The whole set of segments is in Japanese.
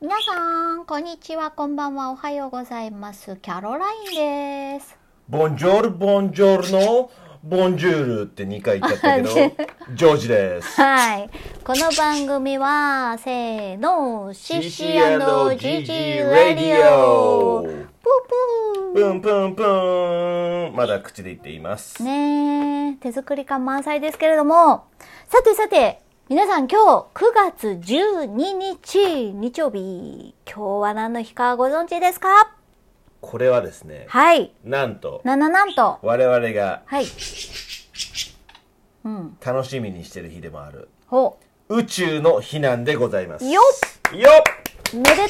皆さん、こんにちは、こんばんは、おはようございます。キャロラインです。 ボンジョル、ボンジョルノ、ボンジュールって2回言っちゃったけど、ジョージです。 はい。この番組は、せーの、CC&GG ラディオ。プープー。 プンプンプン。まだ口で言っています。 ねえ、手作り感満載ですけれども、さて、皆さん今日9月12日日曜日、今日は何の日かご存知ですか？ これはですね、 はい。 なんと我々が、 はい。 楽しみにしてる日でもある、 宇宙の日なんでございます。 よっめでたい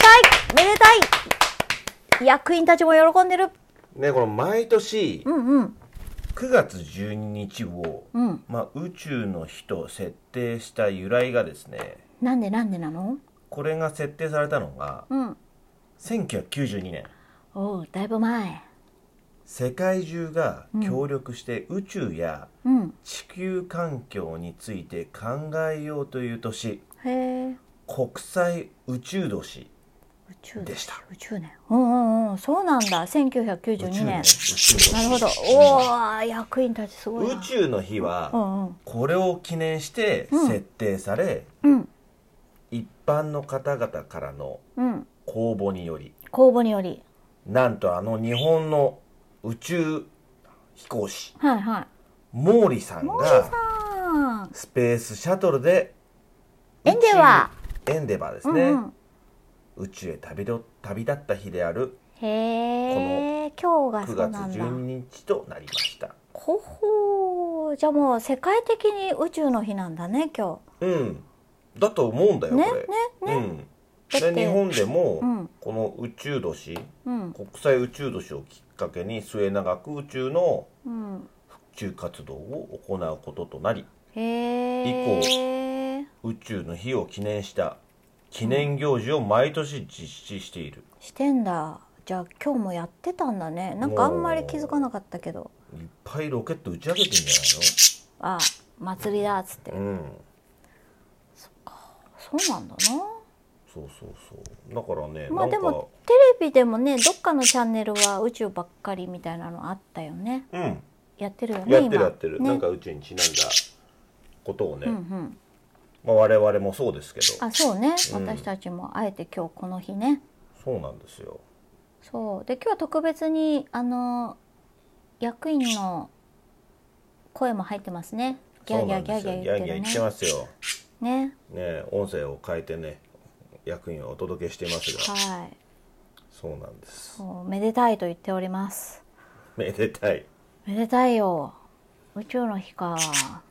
役員たちも喜んでる。 ね、この毎年、9月12日を、宇宙の日と設定した由来がですね、 なんでなの？ これが設定されたのが、1992年。 おう、だいぶ前。 世界中が協力して宇宙や地球環境について考えようという年、国際宇宙年でした。 宇宙年。そうなんだ。1992年。なるほど。おー、役員たちすごいな。 宇宙の日はこれを記念して設定され、一般の方々からの公募により、なんと日本の宇宙飛行士、毛利さんがスペースシャトルでエンデバーですね、宇宙へ旅立った日であるこの9月12日となりました。 ほほー、じゃあもう世界的に宇宙の日なんだね、今日。 だと思うんだよ、これ。で日本でも、この宇宙年、国際宇宙年をきっかけに末永く宇宙の復旧活動を行うこととなり、以降宇宙の日を記念した記念行事を毎年実施している。 してんだ。じゃあ今日もやってたんだね。なんかあんまり気づかなかったけど。 いっぱいロケット打ち上げてんじゃないの？ ああ、祭りだっつって。そっか、そうなんだな。 そうだからね、 まあでもテレビでもね、どっかのチャンネルは宇宙ばっかりみたいなのあったよね。やってるよね。 やってる、なんか宇宙にちなんだことをね、我々もそうですけど。 そうね、私たちもあえて今日この日ね。 そうなんですよ。 そうで、今日は特別に役員の声も入ってますね。ギャーギャー言ってるね。 言ってますよね。 音声を変えてね、役員をお届けしていますが、そうなんです。 そう、めでたいと言っております。 めでたいよ。宇宙の日か。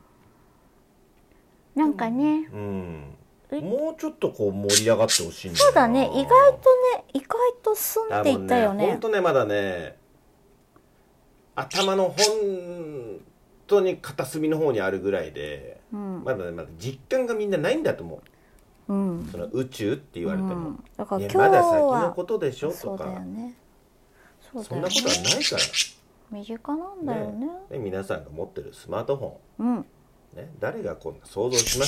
なんかね、 もうちょっとこう盛り上がってほしいんだよな。 そうだね、意外と澄んでいったよね。 ほんとね、まだね、頭の本当に片隅の方にあるぐらいで、まだ実感がみんなないんだと思う。その宇宙って言われても、 だから今日はまだ先のことでしょとか、 そうだよね。 そんなことはないから。 身近なんだよね。 皆さんが持ってるスマートフォン、誰がこんな想像しま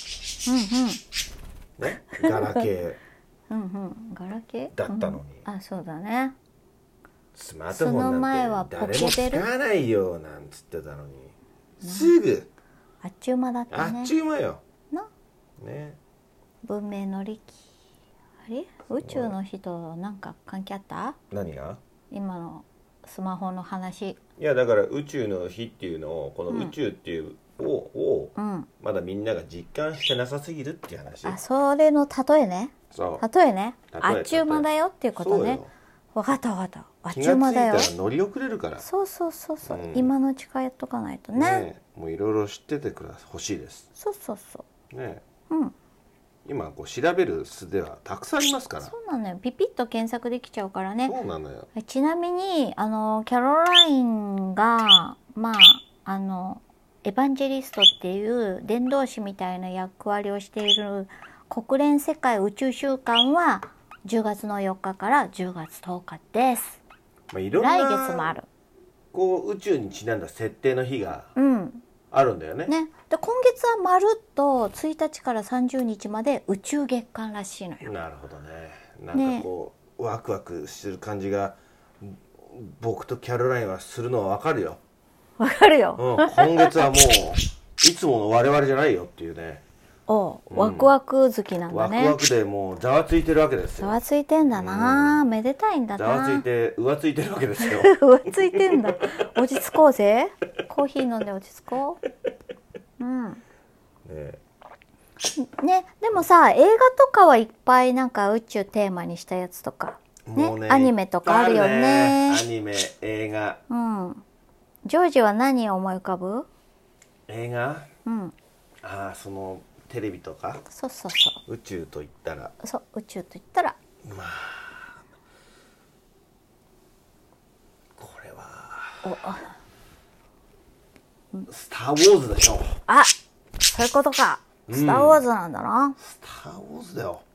したガラケーだったのに、 そうだね。 スマートフォンなんて誰も使わないよなんつってたのに、すぐあっちゅう間だったね。 あっちゅう間よね。文明の利器。あれ、宇宙の日となんか関係あった？ 何が？ 今のスマホの話。 いや、だから宇宙の日っていうのを、この宇宙っていうをまだみんなが実感してなさすぎるっていう話。 それの例えね。例えね。あっちゅう間だよっていうことね。分かった。あっちゅう間だよ。 気がついたら乗り遅れるから。 そう、今のうちからやっとかないとね。 もういろいろ知っててほしいです。 そうね。今こう調べる術ではたくさんありますから。 そうなのよ。ピピッと検索できちゃうからね。 そうなのよ。 ちなみにキャロラインがエヴァンジェリストっていう伝道師みたいな役割をしている国連世界宇宙週間は10月の4日から10月10日です。 いろんな来月もある。 こう宇宙にちなんだ設定の日があるんだよね。 ね。で今月はまるっと1日から30日まで宇宙月間らしいのよ。 なるほどね。なんかこう、ワクワクしてる感じが僕とキャロラインはするのはわかるよ。 わかるよ。 今月はもういつもの我々じゃないよっていうね。 ワクワク好きなんだね。 ワクワクでもうざわついてるわけですよ。 ざわついてんだな、めでたいんだな。 ざわついて浮ついてるわけですよ。 浮ついてんだ。落ち着こうぜ。コーヒー飲んで落ち着こう。ね、でもさ、映画とかはいっぱいなんか宇宙テーマにしたやつとかね、アニメとかあるよね。 アニメ、映画。 ジョージは何を思い浮かぶ？ 映画？そのテレビとか。 そう。 宇宙と言ったら。 そう、宇宙と言ったら。 まあこれはスター・ウォーズでしょ。 あ、そういうことか。スター・ウォーズなんだな。 スター・ウォーズだよ。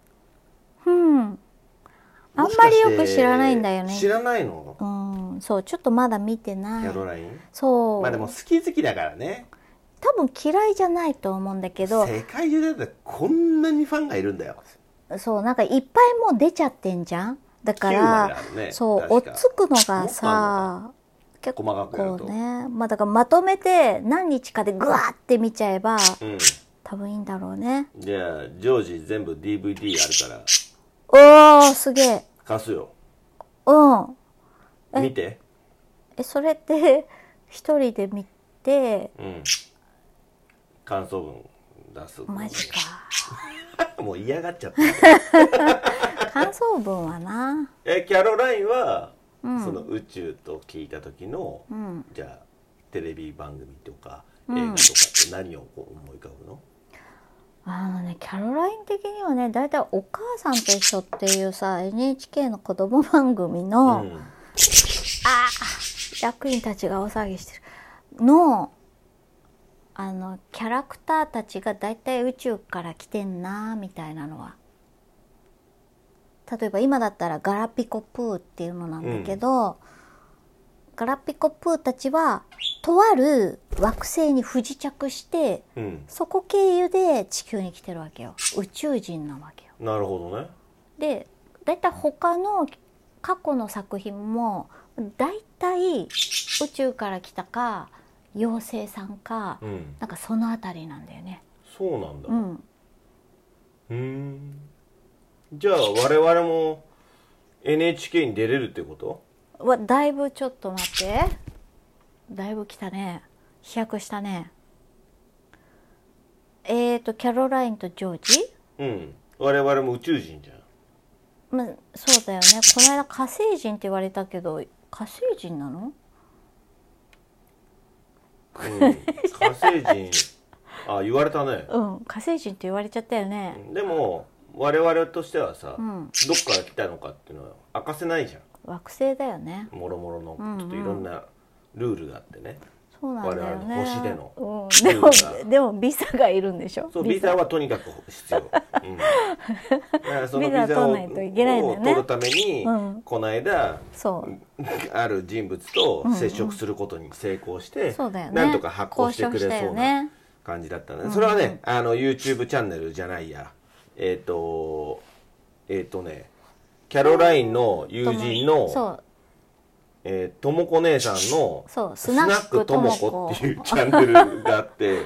あんまりよく知らないんだよね。 知らないの？ そう、ちょっとまだ見てない。 キャロライン？ そう。 まあでも好き好きだからね。 多分嫌いじゃないと思うんだけど。 世界中でこんなにファンがいるんだよ。 そう、なんかいっぱいもう出ちゃってんじゃん。だから、そう、追っつくのがさ、結構ね、まあだからまとめて何日かでグワーって見ちゃえば、多分いいんだろうね。 じゃあジョージ全部 DVD あるから。 おー、すげえ。 貸すよ。見て。 それって一人で見て、 感想文出す。 マジか。 もう嫌がっちゃった。 感想文はな。 キャロラインは、その宇宙と聞いた時の、じゃあテレビ番組とか映画とかって何を思い浮かぶの？ キャロライン的にはね、だいたいお母さんと一緒っていうさ、NHK の子供番組の、役員たちが大騒ぎしてるの、キャラクターたちがだいたい宇宙から来てんなみたいなのは。例えば今だったらガラピコプーっていうのなんだけど、ガラピコプーたちはとある惑星に不時着して、そこ経由で地球に来てるわけよ。宇宙人なわけよ。 なるほどね。でだいたい他の過去の作品もだいたい宇宙から来たか妖精さんか、なんかそのあたりなんだよね。 そうなんだ。じゃあ我々も NHK に出れるってこと？ だいぶちょっと待って、だいぶ来たね。飛躍したね。キャロラインとジョージ？ 我々も宇宙人じゃん。 そうだよね。この間火星人って言われたけど、火星人なの？ 火星人言われたね。 火星人って言われちゃったよね。 でも我々としてはさ、どっから来たのかっていうのは明かせないじゃん。 惑星だよね。 もろもろのちょっといろんなルールがあってね。 そうなんだよね。 我々の星での、 でもビザがいるんでしょ。 そう、ビザはとにかく必要。だからそのビザを取るために、この間ある人物と接触することに成功して、なんとか発行してくれそうな感じだったね。それはね、YouTube チャンネルじゃないや、キャロラインの友人のともこ姉さんのスナックともこっていうチャンネルがあって、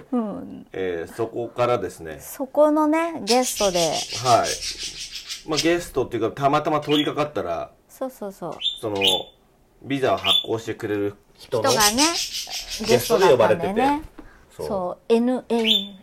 そこからですね、 そこのねゲストで、 ゲストっていうかたまたま通りかかったら、 そのビザを発行してくれる人がねゲストで呼ばれてて、 そう NASA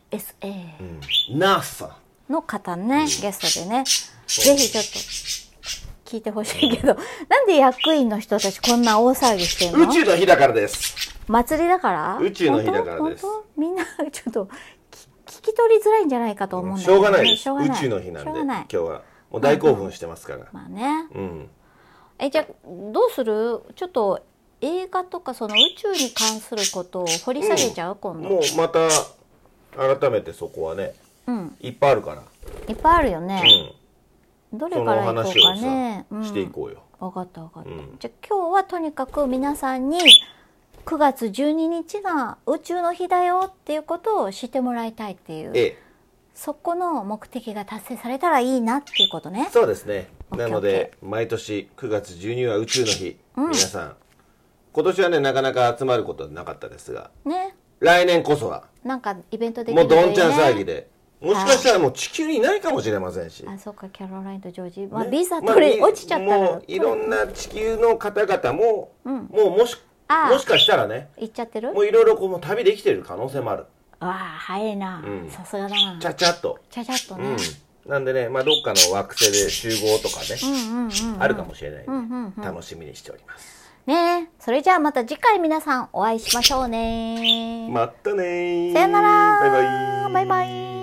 の方ね、ゲストでね、ぜひちょっと聞いてほしいけど、なんで役員の人たちこんな大騒ぎしてんの？ 宇宙の日だからです。 祭りだから？ 宇宙の日だからです。 みんなちょっと聞き取りづらいんじゃないかと思うんだけど、 しょうがないです。宇宙の日なんで今日はもう大興奮してますから。 まあね。じゃあどうする？ちょっと映画とかその宇宙に関することを掘り下げちゃう？今度。 もうまた改めてそこはね、いっぱいあるから。 いっぱいあるよね。どれからいこうかね。 していこうよ。 分かった。じゃあ今日はとにかく皆さんに 9月12日が宇宙の日だよっていうことを知ってもらいたいっていう、そこの目的が達成されたらいいなっていうことね。 そうですね。なので毎年9月12日は宇宙の日、皆さん今年はねなかなか集まることはなかったですが、来年こそはなんかイベントできるといいね。もうどんちゃん騒ぎで、もしかしたらもう地球にいないかもしれませんし。 あ、そうか、キャロラインとジョージ、ビザ取り落ちちゃったら、 もういろんな地球の方々も、もしかしたらね、 行っちゃってる。 もういろいろこう旅できてる可能性もある。 早いな、さすがだな。 ちゃちゃっとね。なんでね、どっかの惑星で集合とかね、あるかもしれないんで、楽しみにしております。 ねえ、それじゃあまた次回皆さんお会いしましょうね。 またね。 さよなら。 バイバイ。 バイバイ。